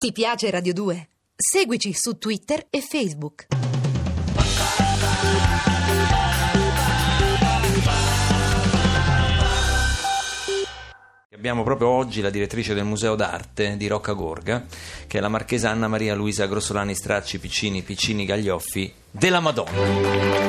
Ti piace Radio 2? Seguici su Twitter e Facebook. Abbiamo proprio oggi la direttrice del Museo d'Arte di Roccagorga, che è la marchesa Anna Maria Luisa Grossolani Stracci Piccini Gaglioffi della Madonna.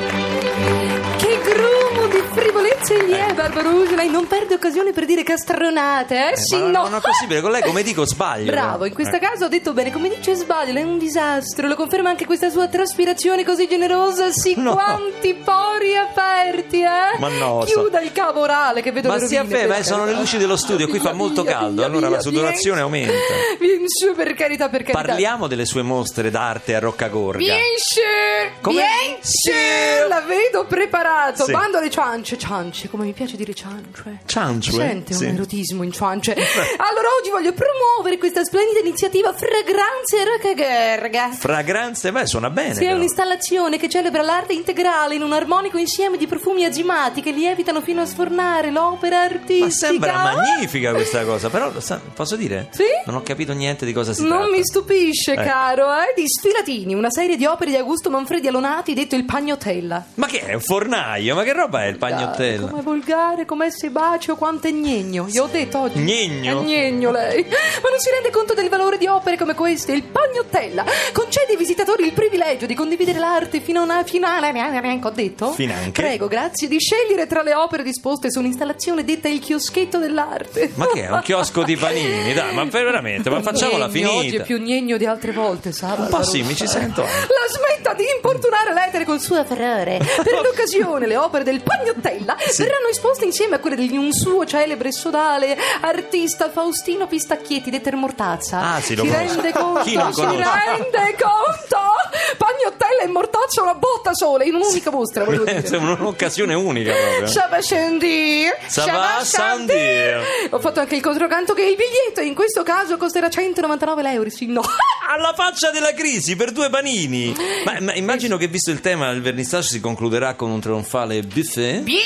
Che grumo di frivolezze gli è, Barbarossa. Lei non perde occasione per dire castronate, sì, ma no. non è possibile, con lei come dico sbaglio. Bravo, in questo caso ho detto bene, come dice sbaglio, lei è un disastro. Lo conferma anche questa sua traspirazione così generosa. Sì, No. Quanti pori aperti, eh? Ma no, Chiuda il cavo orale che vedo Ma le sia rovine, ferma, per sono le carità. luci dello studio, qui fa molto caldo, allora la sudorazione aumenta. Vieni su, per carità, per carità. Parliamo delle sue mostre d'arte a Roccagorga. Vieni su, Come? vieni su, la vedo preparato. Sì. Bando alle ciance, come mi piace dire ciance. Cianciue? Sente Sì. un erotismo in ciance. Allora oggi voglio promuovere questa splendida iniziativa Fragranze Roccagorga. Fragranze, beh, suona bene. Sì, è però. un'installazione che celebra l'arte integrale in un armonico insieme di profumi agimati che lievitano fino a sfornare l'opera artistica. Ma sembra magnifica questa cosa, però posso dire? Sì? Non ho capito niente di cosa si tratta. Non mi stupisce, caro, di Sfilatini, una serie di opere di Augusto Manfredi Alonati detto il Pagnotella. Ma che è, un fornaio? Ma che roba è il Pagnotella? Come volgare, come sebaceo, quanto è gnegno. Io ho detto oggi. Gnegno? È gnegno lei. Ma non si rende conto del valore di opere come queste? Il Pagnotella concede ai visitatori il privilegio di condividere l'arte fino a una finale. Ho detto? Finanche? Prego, grazie, di scegliere tra le opere disposte su un'installazione detta il chioschetto dell'arte. Ma che è, un chiosco di panini? Dai, ma veramente, ma facciamola Gnegno, finita. oggi è più gnegno di altre volte, sa? Un po' sì, mi ci sento anche. La smetta di importunare l'etere col suo furore. Per l'occasione le opere del Pagnotella verranno esposte insieme a quelle di un suo celebre e sodale artista Faustino Pistacchietti de Termortazza. Ah, sì, lo si conosco. rende conto? Chi non Si conosce? rende conto? Pagnotella e Mortazza una botta sola in un'unica mostra, volevo dire. È un'occasione unica proprio. Ça va sans dire. Ça va sans dire. Ho fatto anche il controcanto che il biglietto in questo caso costerà 199 euro. Sì, no. Alla faccia della crisi, per 2 panini. Ma immagino che visto il tema il vernissage si concluderà con un trionfale buffet. Bien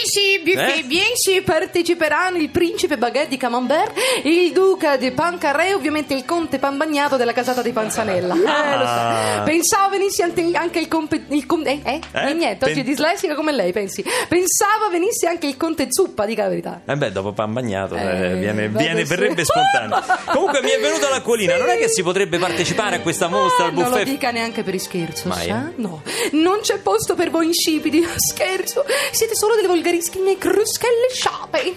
sì, parteciperanno il principe Baguette di Camembert, il duca di Pancaré, ovviamente il conte Pambagnato della casata di Panzanella. Lo so. Pensavo venisse anche il conte... Niente, oggi è dislessica come lei, pensi. Pensavo venisse anche il conte Zuppa, dica la verità. Beh, dopo Pambagnato vabbè, verrebbe sì. spontaneo. Comunque mi è venuta l'acquolina. Non è che si potrebbe partecipare a questa mostra al Non lo buffet? dica neanche per ischerzo, Mai, sa? No, non c'è posto per voi insipidi. Scherzo, siete solo delle volgarissime cruschelle sciape.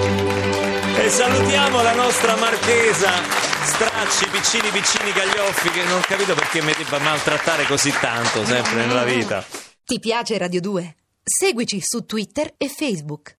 E salutiamo la nostra marchesa Stracci Piccini Gaglioffi, che non ho capito perché mi debba maltrattare così tanto sempre nella vita. Ti piace Radio 2? Seguici su Twitter e Facebook.